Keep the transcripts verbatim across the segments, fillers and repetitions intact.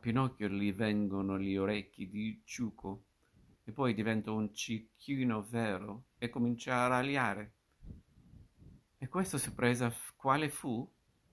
Pinocchio gli vengono gli orecchi di ciuco e poi diventa un cicchino vero e comincia a ragliare. E questa sorpresa f- quale fu?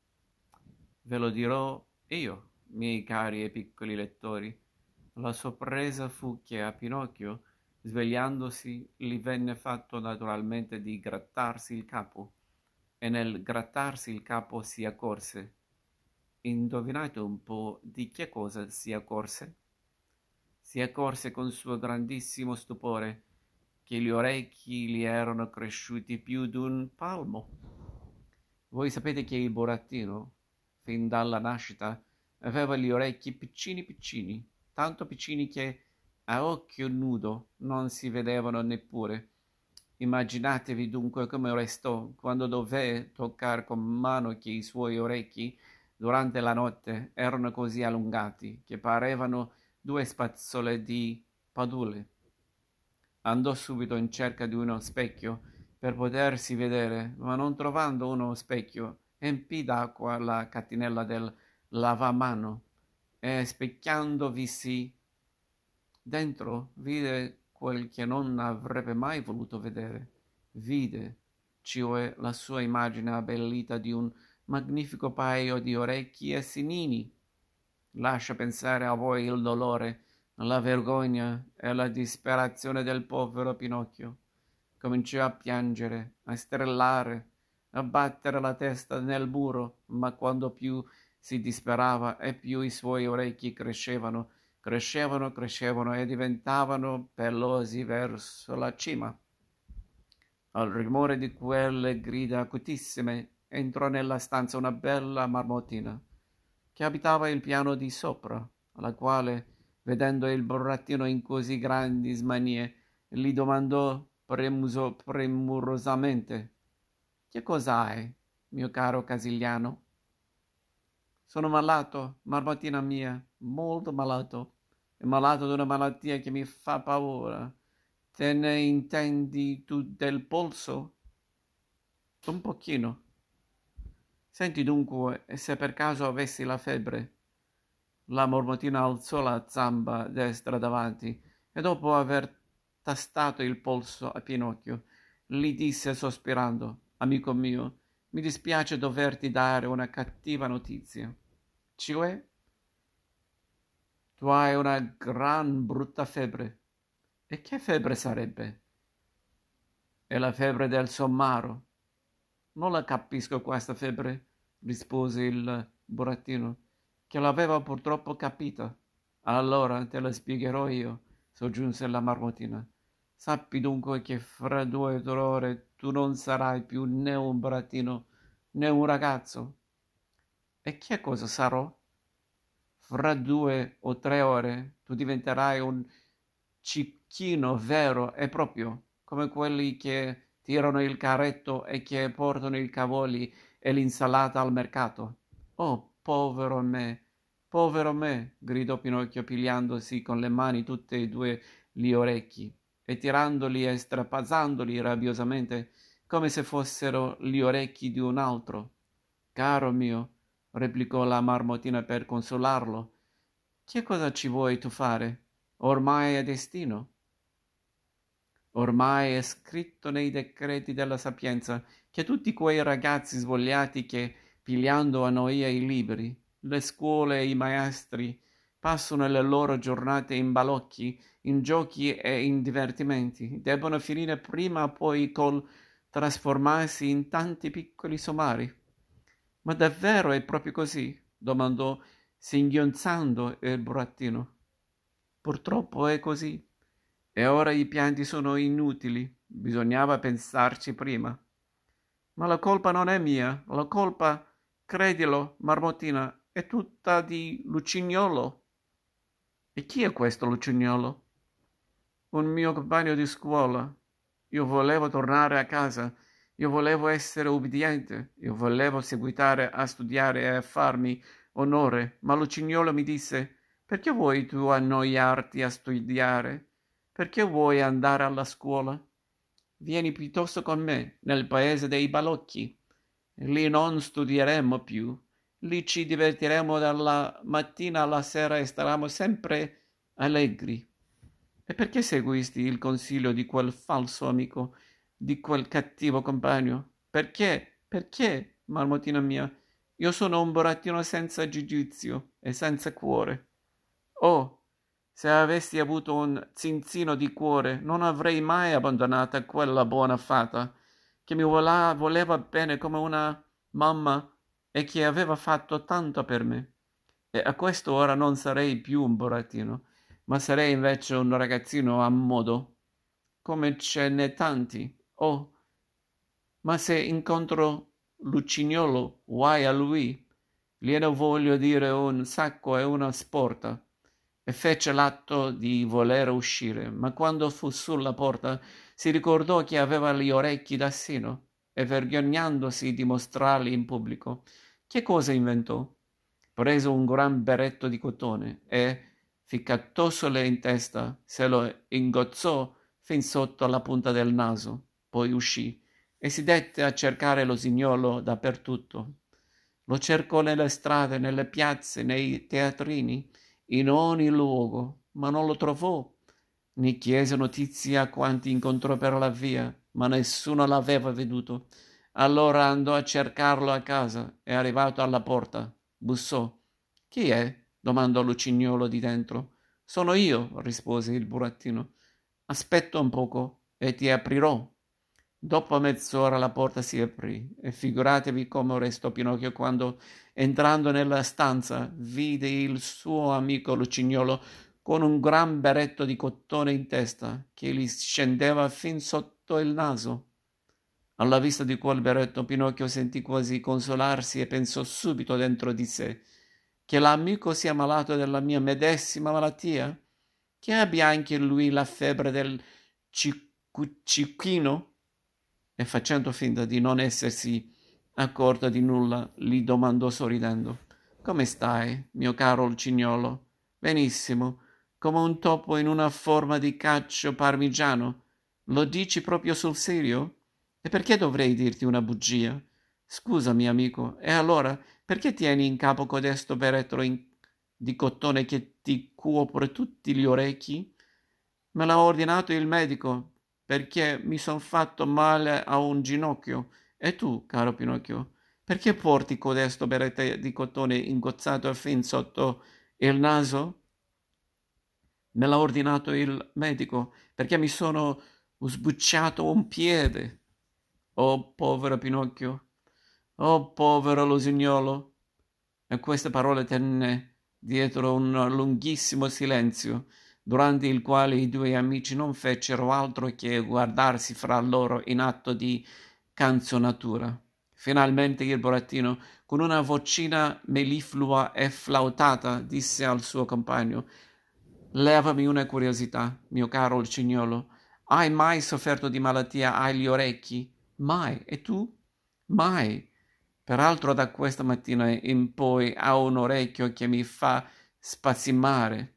Ve lo dirò io, miei cari e piccoli lettori. La sorpresa fu che a Pinocchio, svegliandosi, gli venne fatto naturalmente di grattarsi il capo, e nel grattarsi il capo si accorse. Indovinate un po' di che cosa si accorse? Si accorse con suo grandissimo stupore che gli orecchi gli erano cresciuti più d'un palmo. Voi sapete che il burattino, fin dalla nascita, aveva gli orecchi piccini piccini, tanto piccini che a occhio nudo non si vedevano neppure. Immaginatevi dunque come restò quando dové toccare con mano che i suoi orecchi durante la notte erano così allungati che parevano due spazzole di padule. Andò subito in cerca di uno specchio per potersi vedere, ma non trovando uno specchio, empì d'acqua la catinella del lavamano e specchiandovisi dentro vide quel che non avrebbe mai voluto vedere. Vide, cioè, la sua immagine abbellita di un magnifico paio di orecchi e sinini. Lascia pensare a voi il dolore, la vergogna e la disperazione del povero Pinocchio. Cominciò a piangere, a strillare, a battere la testa nel muro, ma quando più si disperava e più i suoi orecchi crescevano, crescevano, crescevano e diventavano pelosi verso la cima. Al rumore di quelle grida acutissime entrò nella stanza una bella marmottina che abitava il piano di sopra, la quale, vedendo il burattino in così grandi smanie, gli domandò premuso- premurosamente: «Che cosa hai, mio caro Casigliano?» «Sono malato, marmottina mia, molto malato, e malato d'una malattia che mi fa paura. Te ne intendi tu del polso?» «Un pochino.» «Senti dunque, e se per caso avessi la febbre?» La mormotina alzò la zampa destra davanti e dopo aver tastato il polso a Pinocchio, gli disse sospirando: «Amico mio, mi dispiace doverti dare una cattiva notizia. Cioè, tu hai una gran brutta febbre.» «E che febbre sarebbe?» «È la febbre del sommaro.» «Non la capisco questa febbre», rispose il burattino, che l'aveva purtroppo capita. «Allora te la spiegherò io», soggiunse la marmottina. «Sappi dunque che fra due o tre ore tu non sarai più né un burattino né un ragazzo.» «E che cosa sarò?» «Fra due o tre ore tu diventerai un cicchino vero e proprio, come quelli che tirano il carretto e che portano i cavoli e l'insalata al mercato.» «Oh, povero me, povero me!» gridò Pinocchio pigliandosi con le mani tutti e due gli orecchi e tirandoli e strapazzandoli rabbiosamente come se fossero gli orecchi di un altro. «Caro mio», replicò la marmottina per consolarlo, «che cosa ci vuoi tu fare? Ormai è destino. Ormai è scritto nei decreti della sapienza che tutti quei ragazzi svogliati che, pigliando a noia i libri, le scuole e i maestri, passano le loro giornate in balocchi, in giochi e in divertimenti, debbono finire prima o poi col trasformarsi in tanti piccoli somari.» «Ma davvero è proprio così?» domandò singhiozzando il burattino. «Purtroppo è così. E ora i pianti sono inutili, bisognava pensarci prima.» «Ma la colpa non è mia, la colpa, credilo, marmottina, è tutta di Lucignolo.» «E chi è questo Lucignolo?» «Un mio compagno di scuola. Io volevo tornare a casa, io volevo essere ubbidiente, io volevo seguitare a studiare e a farmi onore, ma Lucignolo mi disse: «Perché vuoi tu annoiarti a studiare? Perché vuoi andare alla scuola? Vieni piuttosto con me nel paese dei balocchi. Lì non studieremo più, Lì ci divertiremo dalla mattina alla sera e staremo sempre allegri. E perché seguisti il consiglio di quel falso amico, di quel cattivo compagno? Perché? Perché, marmottina mia? Io sono un burattino senza giudizio e senza cuore. Oh, se avessi avuto un zinzino di cuore, non avrei mai abbandonata quella buona fata, che mi vola- voleva bene come una mamma e che aveva fatto tanto per me. E a quest'ora non sarei più un burattino, ma sarei invece un ragazzino a modo, come ce n'è tanti. Oh, ma se incontro Lucignolo, guai a lui, gliene voglio dire un sacco e una sporta. E fece l'atto di voler uscire, ma quando fu sulla porta si ricordò che aveva gli orecchi da sino e vergognandosi di mostrarli in pubblico, che cosa inventò? Prese un gran berretto di cotone e, ficcatosole in testa, se lo ingozzò fin sotto la punta del naso, poi uscì e si dette a cercare l'osignolo dappertutto. Lo cercò nelle strade, nelle piazze, nei teatrini, in ogni luogo, ma non lo trovò. Ne chiese notizie a quanti incontrò per la via, ma nessuno l'aveva veduto. Allora andò a cercarlo a casa e arrivato alla porta, bussò. Chi è? Domandò Lucignolo di dentro. Sono io, rispose il burattino. Aspetta un poco e ti aprirò. Dopo mezz'ora la porta si aprì e figuratevi come restò Pinocchio quando, entrando nella stanza, vide il suo amico Lucignolo con un gran berretto di cotone in testa che gli scendeva fin sotto il naso. Alla vista di quel berretto Pinocchio sentì quasi consolarsi e pensò subito dentro di sé che l'amico sia malato della mia medesima malattia, che abbia anche lui la febbre del cicchino e facendo finta di non essersi accorta di nulla, gli domandò sorridendo: Come stai, mio caro Lucignolo? Benissimo, come un topo in una forma di cacio parmigiano. Lo dici proprio sul serio? E perché dovrei dirti una bugia? Scusami, amico, e allora perché tieni in capo codesto berretto in- di cotone che ti copre tutti gli orecchi? Me l'ha ordinato il medico perché mi son fatto male a un ginocchio. E tu, caro Pinocchio, perché porti codesto berretto di cotone ingozzato fin sotto il naso? Me l'ha ordinato il medico perché mi sono sbucciato un piede. Oh, povero Pinocchio! Oh, povero Lusignolo! E queste parole tenne dietro un lunghissimo silenzio, durante il quale i due amici non fecero altro che guardarsi fra loro in atto di canzonatura. Finalmente il burattino, con una vocina melliflua e flautata, disse al suo compagno: Levami una curiosità, mio caro Lucignolo. Hai mai sofferto di malattia agli orecchi? Mai. E tu? Mai. Peraltro da questa mattina in poi ho un orecchio che mi fa spazzimare.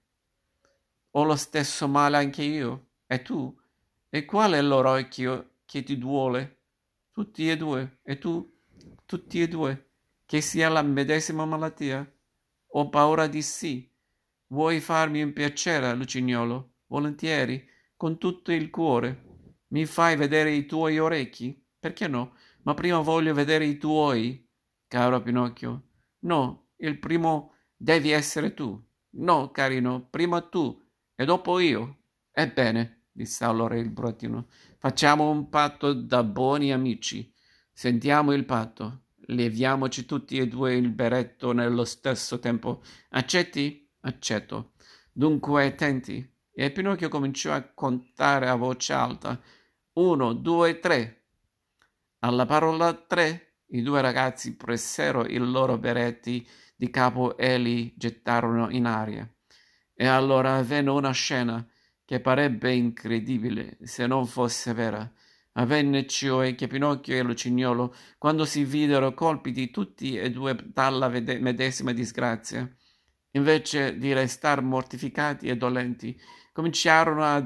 Ho lo stesso male anche io. E tu? E qual è l'orecchio che ti duole? Tutti e due. E tu? Tutti e due. Che sia la medesima malattia? Ho paura di sì. Vuoi farmi un piacere, Lucignolo? Volentieri, con tutto il cuore. Mi fai vedere i tuoi orecchi? Perché no? Ma prima voglio vedere i tuoi, caro Pinocchio. No, il primo devi essere tu. No, carino, prima tu e dopo io. Ebbene, disse allora il burattino, facciamo un patto da buoni amici. Sentiamo il patto. Leviamoci tutti e due il berretto nello stesso tempo. Accetti? Accetto. Dunque, attenti. E Pinocchio cominciò a contare a voce alta. Uno, due, tre. Alla parola tre, i due ragazzi presero i loro berretti di capo e li gettarono in aria. E allora avvenne una scena che parebbe incredibile se non fosse vera. Avvenne cioè che Pinocchio e Lucignolo, quando si videro colpiti tutti e due dalla vede- medesima disgrazia, invece di restar mortificati e dolenti, cominciarono ad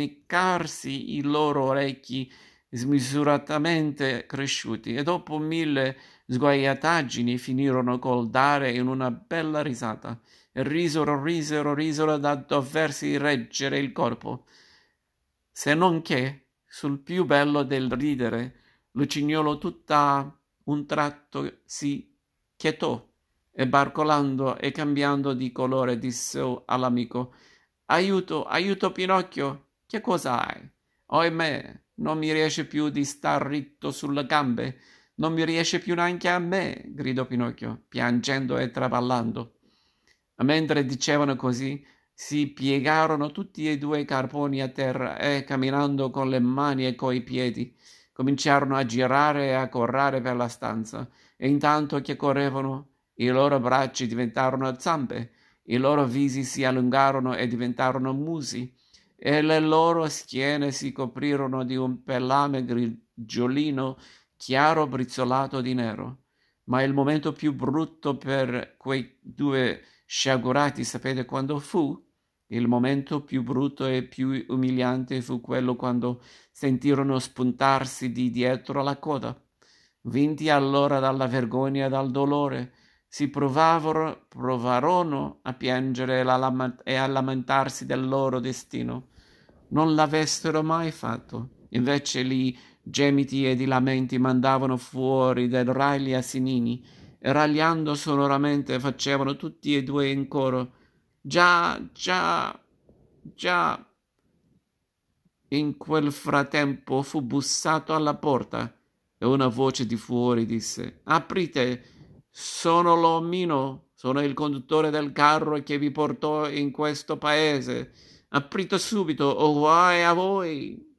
ammiccarsi i loro orecchi smisuratamente cresciuti e dopo mille sguaiataggini finirono col dare in una bella risata e risero, risero, risero da doversi reggere il corpo. Se non che, sul più bello del ridere, Lucignolo tutt'a un tratto si chetò e barcolando e cambiando di colore disse all'amico: Aiuto, aiuto Pinocchio, che cosa hai? Oimè, non mi riesce più di star ritto sulle gambe, non mi riesce più neanche a me, gridò Pinocchio, piangendo e traballando. Mentre dicevano così, si piegarono tutti e due i carponi a terra e, camminando con le mani e coi piedi, cominciarono a girare e a correre per la stanza, e intanto che correvano, i loro bracci diventarono zampe, i loro visi si allungarono e diventarono musi, e le loro schiene si coprirono di un pelame grigiolino chiaro brizzolato di nero. Ma il momento più brutto per quei due sciagurati, sapete quando fu? Il momento più brutto e più umiliante fu quello quando sentirono spuntarsi di dietro la coda. Vinti allora dalla vergogna e dal dolore, si provavano, provarono a piangere e a lamentarsi del loro destino. Non l'avessero mai fatto. Invece li gemiti ed i lamenti mandavano fuori dai ragli asinini e ragliando sonoramente facevano tutti e due in coro: Già, già, già. In quel frattempo fu bussato alla porta e una voce di fuori disse: Aprite, sono l'omino, sono il conduttore del carro che vi portò in questo paese. Aprite subito, o guai a voi.